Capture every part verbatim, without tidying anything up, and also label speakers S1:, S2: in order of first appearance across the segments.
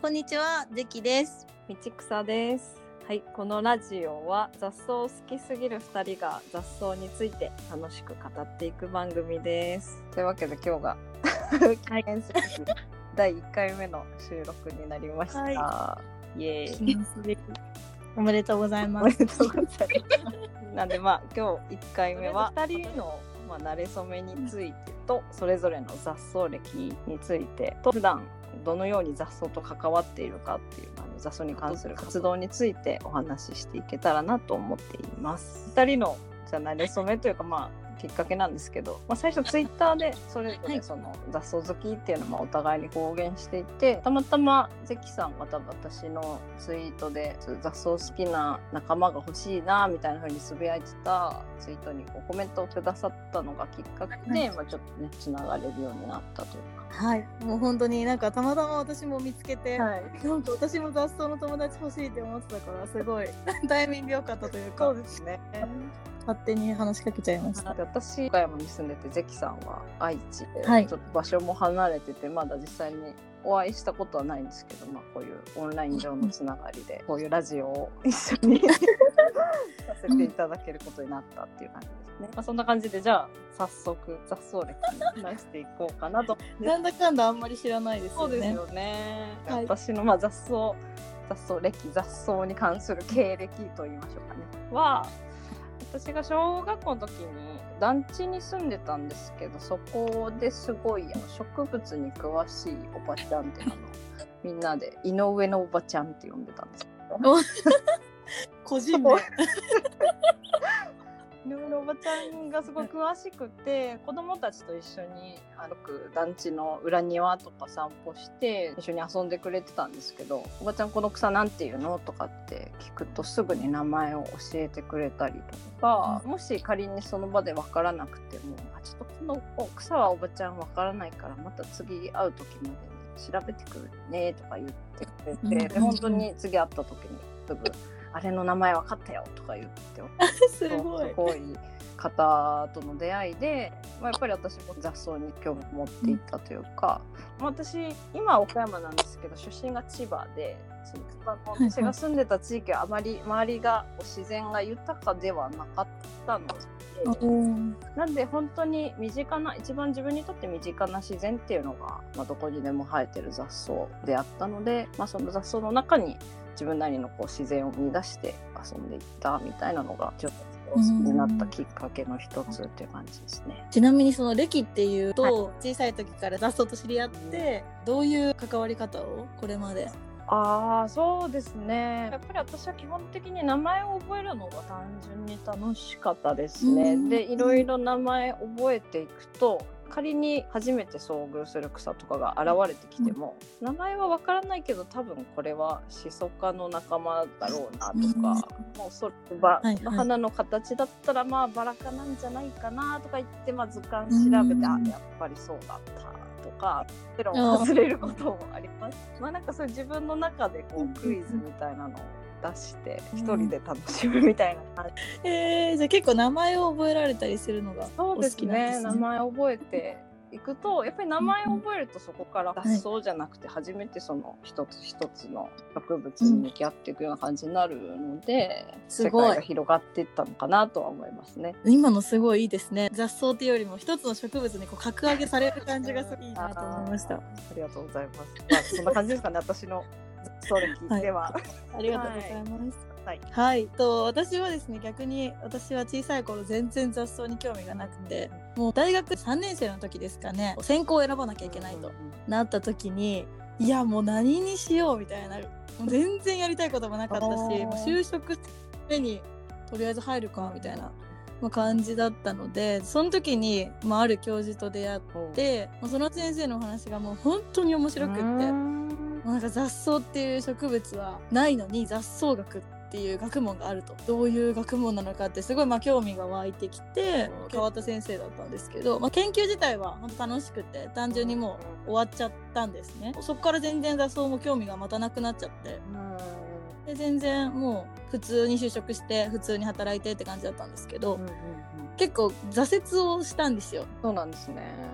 S1: こんにちは、ゼキです。
S2: 道草です。はい、このラジオは雑草好きすぎるふたりが雑草について楽しく語っていく番組です。というわけで今日が記念すべきだいいっかいめの収録になりました。はい、イエーイ。
S1: おめでとうございます。
S2: おめでとうございます。なんでまあ今日いっかいめはふたりのまあ馴れ初めについてとそれぞれの雑草歴についてと普段どのように雑草と関わっているかっていうあの雑草に関する活動についてお話ししていけたらなと思っています。ふたりのじゃ馴れ初めというかまあきっかけなんですけど、まあ、最初ツイッターでそれぞれその雑草好きっていうのをお互いに公言していて、たまたま関さんが多分私のツイートで雑草好きな仲間が欲しいなみたいな風につぶやいてたツイートにこうコメントをくださったのがきっかけで、はい、まあ、ちょっとねつながれるようになったというか、
S1: はい、もう本当になんかたまたま私も見つけて、はい、なんか私も雑草の友達欲しいって思ってたからすごいタイミング良かったというか。
S2: そうですね。
S1: 勝手に話しかけちゃいました。
S2: 私岡山に住んでて関さんは愛知で、
S1: はい、
S2: ちょっと場所も離れててまだ実際にお会いしたことはないんですけど、まあ、こういうオンライン上のつながりでこういうラジオを一緒にさせていただけることになったっていう感じですね。まあ、そんな感じでじゃあ早速雑草歴に話していこうかなと。
S1: なんだかんだあんまり知らないですよね。
S2: そうですよね、はい、私のまあ雑草雑草歴雑草に関する経歴と言いましょうかねは、私が小学校の時に団地に住んでたんですけど、そこですごい植物に詳しいおばちゃんってあのみんなで井上のおばちゃんって呼んでたんですけど
S1: 個人名
S2: 井上のおばちゃんがすごい詳しくて、子供たちと一緒に歩く団地の裏庭とか散歩して一緒に遊んでくれてたんですけど、おばちゃんこの草なんていうのとかって聞くとすぐに名前を教えてくれたりとか、もし仮にその場で分からなくてもあちょっとこの草はおばちゃん分からないからまた次会う時までに調べてくるねとか言ってくれて、で本当に次会った時にすぐあれの名前分かったよとか言って
S1: すごい
S2: すごい方との出会いで、まあ、やっぱり私も雑草に興味を持っていったというか、うん、私今は岡山なんですけど出身が千葉で、その私が住んでた地域はあまり周りが自然が豊かではなかったので、うん、なんで本当に身近な一番自分にとって身近な自然っていうのが、まあ、どこにでも生えてる雑草であったので、まあ、その雑草の中に自分なりのこう自然を見出して遊んでいったみたいなのがちょっと好きになったきっかけの一つっていう感じですね。
S1: ちなみにその歴っていうと、はい、小さい時から雑草と知り合って、うん、どういう関わり方をこれまで？
S2: ああそうですね、やっぱり私は基本的に名前を覚えるのが単純に楽しかったですね、うん、でいろいろ名前覚えていくと仮に初めて遭遇する草とかが現れてきても、うん、名前はわからないけど多分これはシソ科の仲間だろうなとか、うん、もうそれバラの花の形だったらまあバラ科なんじゃないかなとか言って、まあ、図鑑調べて、うん、あやっぱりそうだったとかゼロを外れることもあります。まあなんかそういう自分の中でこうクイズみたいなのを出して一人で楽しむみたいな感じ、
S1: うん、えー、じゃあ結構名前を覚えられたりするのがお好きなんですね。そうですね、
S2: 名前を覚えていくとやっぱり名前を覚えるとそこから雑草じゃなくて初めてその一つ一つの植物に向き合っていくような感じになるので、うん、世界が広がっていったのかなとは思いますね。
S1: 今のすごいいいですね。雑草っていうよりも一つの植物にこう格上げされる感じがすごいいいなと思いました。
S2: あ, ありがとうございます、まあ、そんな感じですかね私の雑草歴では、はい、
S1: ありがとうございます。
S2: はい、
S1: はい、と私はですね逆に私は小さい頃全然雑草に興味がなくて、もう大学さんねん生の時ですかね、専攻を選ばなきゃいけないとなった時に、いやもう何にしようみたいな、もう全然やりたいこともなかったし、もう就職目にとりあえず入るかみたいな感じだったので、その時に、まあ、ある教授と出会って、その先生のお話がもう本当に面白くって、なんか雑草っていう植物はないのに雑草学っていう学問があると、どういう学問なのかってすごいまあ興味が湧いてきて、変わった先生だったんですけど、まあ、研究自体は本当楽しくて単純にもう終わっちゃったんですね。そこから全然雑草も興味がまたなくなっちゃって、で全然もう普通に就職して普通に働いてって感じだったんですけど、うんうんうん、結構挫折をしたんですよ。
S2: そうなんですね。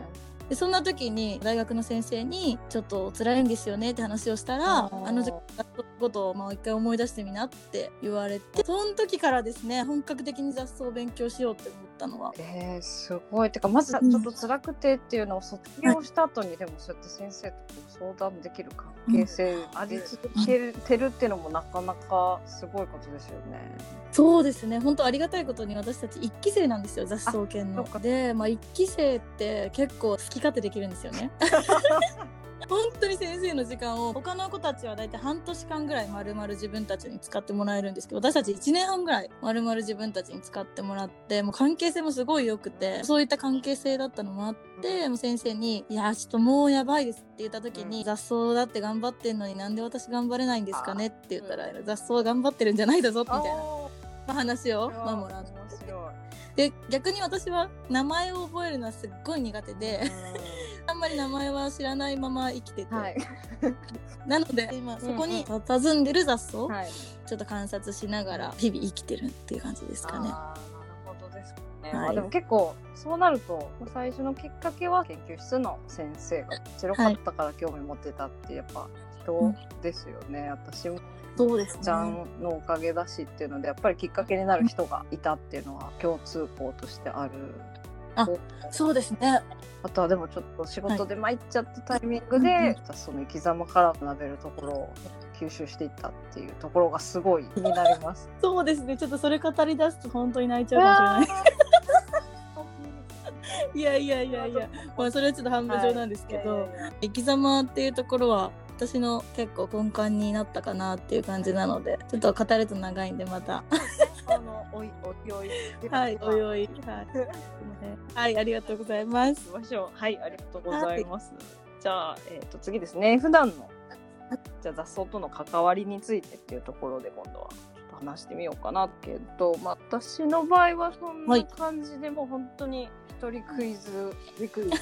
S1: でそんな時に大学の先生にちょっと辛いんですよねって話をしたら、あの時のことをもう一回思い出してみなって言われて、その時からですね本格的に雑草を勉強しようって思ったのは。
S2: えー、すごい。てかまずちょっと辛くてっていうのを卒業した後に、うん、でもそうやって先生と相談できる関係性あり続けてるっていうのもなかなかすごいことですよね。
S1: そうですね、本当ありがたいことに私たちいっき生なんですよ、雑草研の。で、まあ、いっき生って結構好き勝手できるんですよね本当に先生の時間を他の子たちはだいたい半年間ぐらい丸々自分たちに使ってもらえるんですけど、私たちいちねんはんぐらい丸々自分たちに使ってもらって、もう関係性もすごい良くて、そういった関係性だったのもあって、もう先生にいやちょっともうやばいですって言った時に、うん、雑草だって頑張ってんのになんで私頑張れないんですかねって言ったら、うん、雑草頑張ってるんじゃないだぞみたいな話をまあもらって、で逆に私は名前を覚えるのはすっごい苦手で、あんまり名前は知らないまま生きてて、はい、なので今そこに佇んでる雑草、うんうん、ちょっと観察しながら日々生きてるっていう感じですかね。
S2: あ、なるほどですね。はい、でも結構そうなると最初のきっかけは研究室の先生が白かったから興味持ってたってやっぱ人ですよね、うん、私も
S1: そうですね、
S2: ちゃんのおかげだしっていうのでやっぱりきっかけになる人がいたっていうのは共通項としてある。
S1: あ、そうですね。
S2: あとはでもちょっと仕事で参っちゃったタイミングで、はい、その生き様から学べるところを吸収していったっていうところがすごい気になります。
S1: そうですね、ちょっとそれ語り出すと本当に泣いちゃうかもしれないいやいやいやいや、まあそれはちょっと半分冗なんですけど、はい、生き様っていうところは私の結構根幹になったかなっていう感じなので、ちょっと語ると長いんでまた
S2: あのおいおいおい
S1: はいおいおいはいはい、ありがとうございます。
S2: はい、ありがとうございます。はい、じゃあ、えー、と次ですね、普段のじゃあ雑草との関わりについてっていうところで今度はちょっと話してみようかなけど、まあ、私の場合はそんな感じで、はい、もう本当に一人クイズクイズ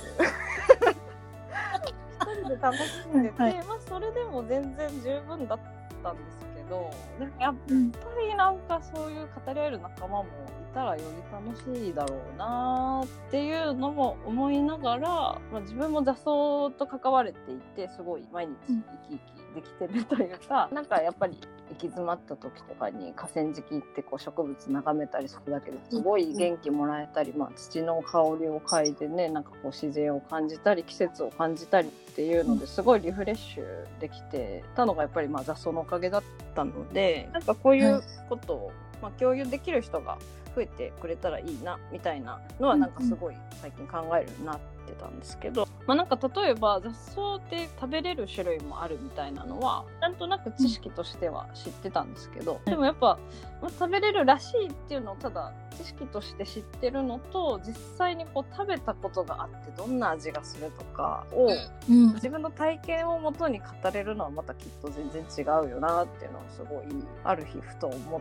S2: 一人で楽しんでて、はい、まあ、それでも全然十分だったんですけど、でもやっぱりなんかそういう語り合える仲間もいたらより楽しいだろうなっていうのも思いながら、まあ、自分も雑草と関われていてすごい毎日生き生きできてるというか、うん、なんかやっぱり行き詰まった時とかに河川敷行ってこう植物眺めたりするだけですごい元気もらえたり、まあ、土の香りを嗅いでね、なんかこう自然を感じたり季節を感じたりっていうのですごいリフレッシュできてたのがやっぱりまあ雑草のおかげだったので、なんかこういうことをまあ共有できる人が増えてくれたらいいなみたいなのはなんかすごい最近考えるようになってたんですけど、まあ、なんか例えば雑草って食べれる種類もあるみたいなのはなんとなく知識としては知ってたんですけど、でもやっぱ、まあ、食べれるらしいっていうのをただ知識として知ってるのと実際にこう食べたことがあってどんな味がするとかを、うん、自分の体験をもとに語れるのはまたきっと全然違うよなっていうのをすごいある日ふと思って、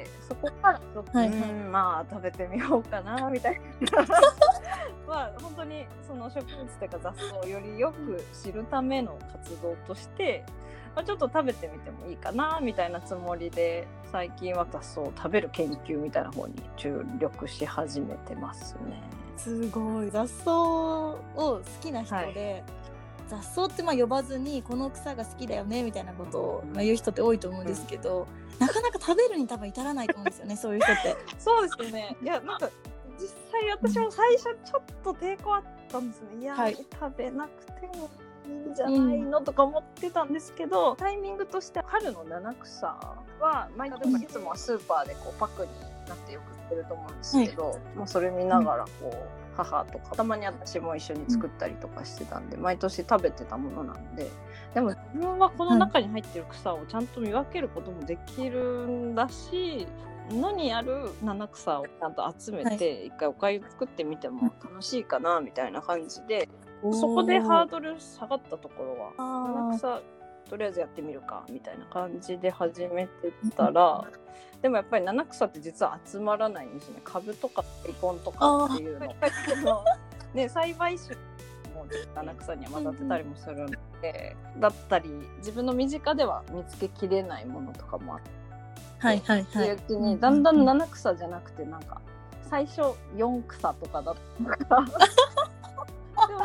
S2: そこからちょっと、はいはい、うんまあ食べてみようかなみたいなまあ本当にその植物というか雑草をよりよく知るための活動として、まあ、ちょっと食べてみてもいいかなみたいなつもりで最近は雑草を食べる研究みたいな方に注力し始めてますね。
S1: すごい。雑草を好きな人で、はい、雑草ってまあ呼ばずにこの草が好きだよねみたいなことをまあ言う人って多いと思うんですけど、うん、なかなか食べるに多分至らないと思うんですよねそういう人って
S2: そうですよね。いやなんか実際私も最初ちょっと抵抗あったんですね。いや、はい、食べなくてもいいんじゃないの、うん、とか思ってたんですけど、タイミングとして春の七草は毎回いつもはスーパーでこうパックになってよく売ってると思うんですけど、はい、もうそれ見ながらこう母とかたまに私も一緒に作ったりとかしてたんで、毎年食べてたものなんで、でも自分はこの中に入ってる草をちゃんと見分けることもできるんだし、野にある七草をちゃんと集めて一回お粥作ってみても楽しいかなみたいな感じで、そこでハードル下がったところは七草とりあえずやってみるかみたいな感じで始めてたら、でもやっぱり七草って実は集まらないんですね。株とか大根とかっていうのね、栽培種も七草には混ざってたりもするので、うん、だったり自分の身近では見つけきれないものとかもあって、
S1: はいはいはい、
S2: うちにだんだん七草じゃなくてなんか最初四草とかだったからでもなん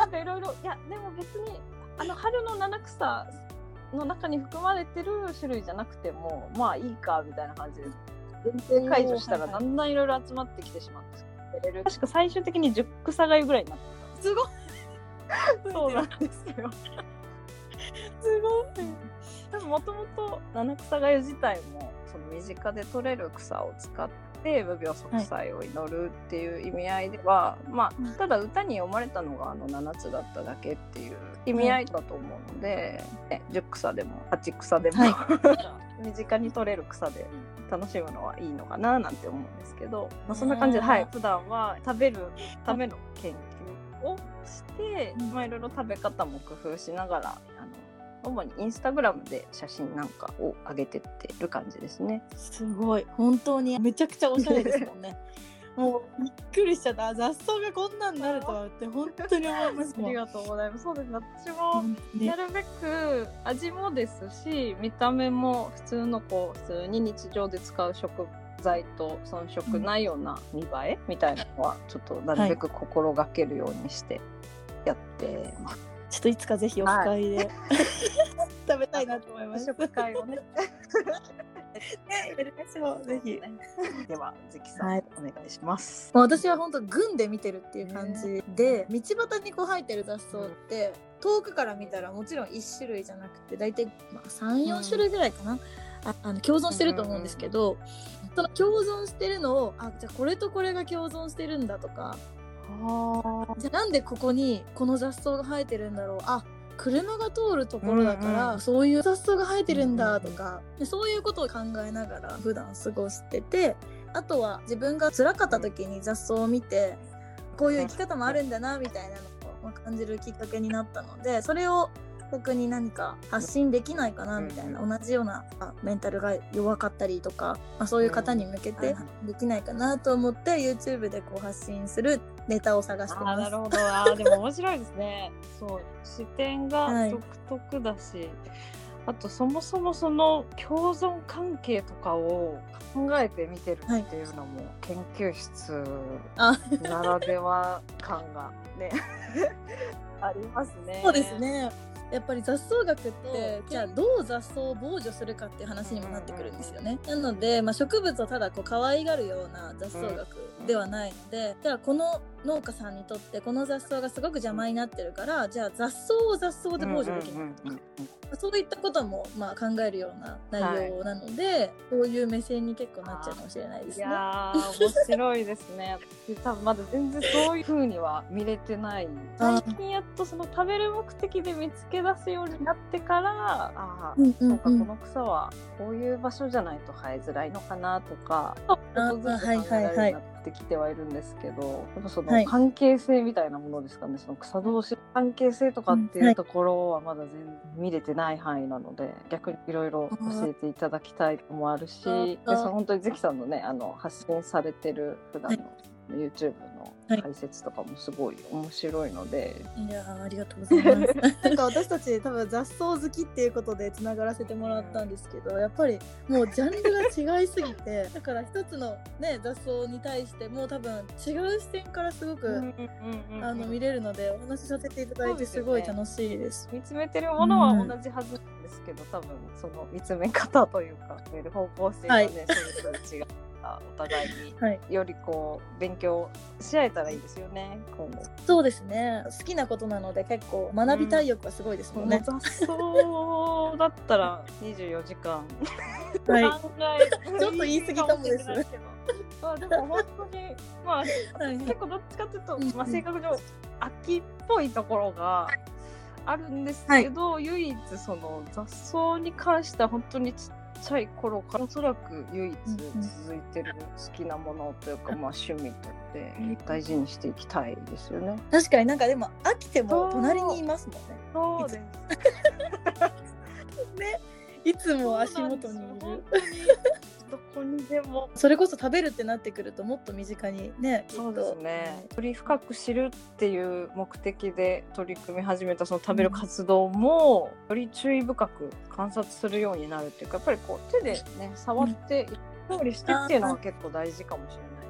S2: なんかいろいろ、いやでも別にあの春の七草の中に含まれてる種類じゃなくてもまあいいかみたいな感じで限定解除したらだんだんいろいろ集まってきてしまって、確か最終的にじゅっ草がゆぐらいになってた。
S1: すごい
S2: そうなんですよ。
S1: すごい。
S2: でももともと七草がゆ自体もその身近で取れる草を使って無病息災を祈るっていう意味合いでは、はい、まあただ歌に読まれたのがあのななつだっただけっていう意味合いだと思うので、ね、じゅっ草でもはち草でも、はい、身近に取れる草で楽しむのはいいのかななんて思うんですけど、まあ、そんな感じで、はい、普段は食べるための研究をして、まあ、いろいろ食べ方も工夫しながらあの主にインスタグラムで写真なんかを上げてってる感じですね。
S1: すごい、本当にめちゃくちゃおしゃれですもんね。もうびっくりしちゃった。雑草がこんなんなるとはって本当に思います。
S2: ありがとうございます。そうですね。私もなるべく味もですし、見た目も普通のこう普通に日常で使う食材と遜色ないような見栄えみたいなのはちょっとなるべく心がけるようにしてやってます。はい、
S1: ちょっといつかぜひオフ会で、はい、食べたいなと思います。
S2: 食会をね。
S1: ね、やりましょう、ぜひ。
S2: では、関さん、はい、お願いします。
S1: 私は本当群で見てるっていう感じで、道端にこう生えてる雑草って、うん、遠くから見たらもちろんいち種類じゃなくて、だいたいまあさん、よん種類ぐらいかな。ああの共存してると思うんですけど、その共存してるのを、あ、じゃあこれとこれが共存してるんだとか、あ、じゃあなんでここにこの雑草が生えてるんだろう、あ、車が通るところだから、うんうん、そういう雑草が生えてるんだとか、うんうん、そういうことを考えながら普段過ごしてて、あとは自分が辛かった時に雑草を見て、こういう生き方もあるんだなみたいなのを感じるきっかけになったので、それを逆に何か発信できないかなみたいな、同じようなメンタルが弱かったりとか、まあ、そういう方に向けてできないかなと思って YouTube でこう発信するネタを探してます。
S2: あ、なるほど。あ、でも面白いですね。そう視点が独特だし、はい、あとそもそもその共存関係とかを考えて見てるっていうのも研究室ならでは感がねありますね。
S1: そうですね。やっぱり雑草学ってじゃあどう雑草を防除するかっていう話にもなってくるんですよね。なので、まあ、植物をただこう可愛がるような雑草学ではないので、じゃあこの農家さんにとってこの雑草がすごく邪魔になってるから、じゃあ雑草を雑草で防除できない、そういったこともまあ考えるような内容なので、はい、そういう目線に結構なっちゃうかもしれないですね。
S2: いやー面白いですね。多分まだ全然そういう風には見れてない。最近やっとその食べる目的で見つけ出すようになってから、ああ、うんうんうん、そうか、この草はこういう場所じゃないと生えづらいのかなとか、ちょっとずつ考えられるようになってきてはいるんですけど、はいはいはい、やっぱその関係性みたいなものですかね、その草同士の関係性とかっていうところはまだ全然見れてない範囲なので、逆にいろいろ教えていただきたいのもあるし、でその本当に関さんのね、あの発信されてる普段の、はい、YouTube の解説とかもすごい面白いので、
S1: はい、いやありがとうございますなんか私たち多分雑草好きっていうことでつながらせてもらったんですけど、やっぱりもうジャンルが違いすぎてだから一つのね雑草に対してもう多分違う視点からすごくあの見れるので、お話しさせていただいてすごい楽しいです。
S2: 見つめてるものは同じはずなんですけど、うん、多分その見つめ方というか見る方向性がね、はい、それぞれ違うお互いによりこう勉強し合えたらいいですよね、今後。
S1: そうですね、好きなことなので結構学びたい欲はすごいですもんね、
S2: うん、雑草だったらにじゅうよじかん
S1: はい、
S2: 考え
S1: ちょっと言い過ぎかもです
S2: まあでも本当にまあはい結構どっちかというと、まあ、性格上秋っぽいところがあるんですけど、はい、唯一その雑草に関しては本当にちっちゃい頃からおそらく唯一続いてる好きなものというか、うん、まあ趣味として大事にしていきたいですよね。
S1: 確かになんかでも飽きても隣にいますもんね。
S2: そうです
S1: ね、いつも足元にいる。
S2: どこにでも
S1: それこそ食べるってなってくるともっと身近にね、
S2: そうですね、より深く知るっていう目的で取り組み始めたその食べる活動も、より注意深く観察するようになるっていうか、やっぱりこう手でね触って調理してっていうのは結構大事かもしれないですね。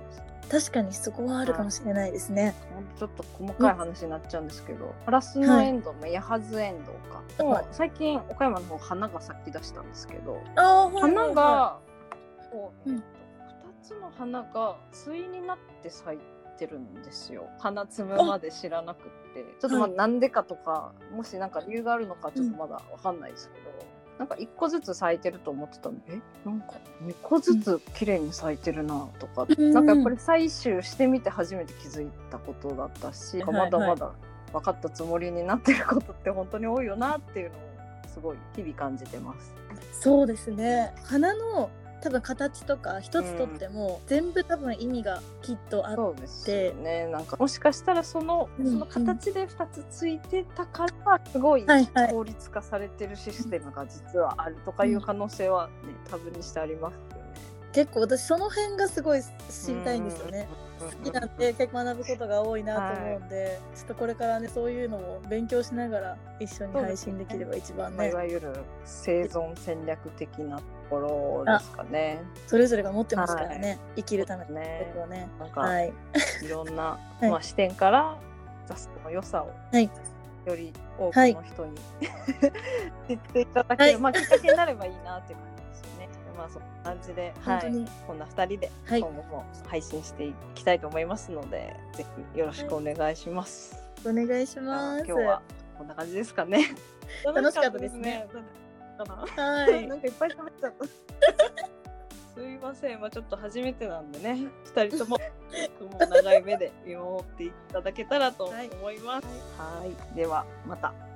S1: 確かにそこはあるかもしれないですね。
S2: ちょっと細かい話になっちゃうんですけど、ハラスのエンドウ、ヤハズエンドウか、
S1: はい、
S2: 最近岡山の方花が咲き出したんですけど、
S1: あ、はいはいはい、
S2: 花がこう、えっと、ふたつの花が対になって咲いてるんですよ。花摘むまで知らなくって、ちょっとまあなんでかとか、はい、もしなんか理由があるのかちょっとまだわかんないですけど、うん、なんかいっこずつ咲いてると思ってたんで、えなんかにこずつ綺麗に咲いてるなとか、うん、なんかやっぱり採集してみて初めて気づいたことだったし、うん、まだまだ分かったつもりになってることって本当に多いよなっていうのをすごい日々感じてます。
S1: そうですね。花の多分形とか一つとっても、うん、全部多分意味がきっとあって、
S2: そうですよね。なんかもしかしたらその、うん、その形でふたつついてたからすごい効率化されてるシステムが実はあるとかいう可能性はね、多分にしてありますよね。
S1: 結構私その辺がすごい知りたいんですよね。好きなんで結構学ぶことが多いなと思うんで、はい、ちょっとこれからねそういうのも勉強しながら一緒に配信できれば一番ね、
S2: いわゆる生存戦略的なところですかね。
S1: それぞれが持ってますからね、はい、生きるためのことをね。
S2: なんか、はい、いろんな、まあ、視点から雑草の良さを、はい、より多くの人に、はい、知っていただける、はい、まあ、きっかけになればいいなっていう感じですよね。まあ、そんな感じで、はい、こんなふたりで今後も配信していきたいと思いますので、はい、ぜひよろしくお願いします。
S1: はい、お願いします。
S2: 今日はこんな感じですかね。
S1: 楽しかったですね。
S2: はい、なんかいっぱい喋っちゃった。すいません、まあ、ちょっと初めてなんでね、ふたりとももう長い目で見守っていただけたらと思います。はい、はい、ではまた。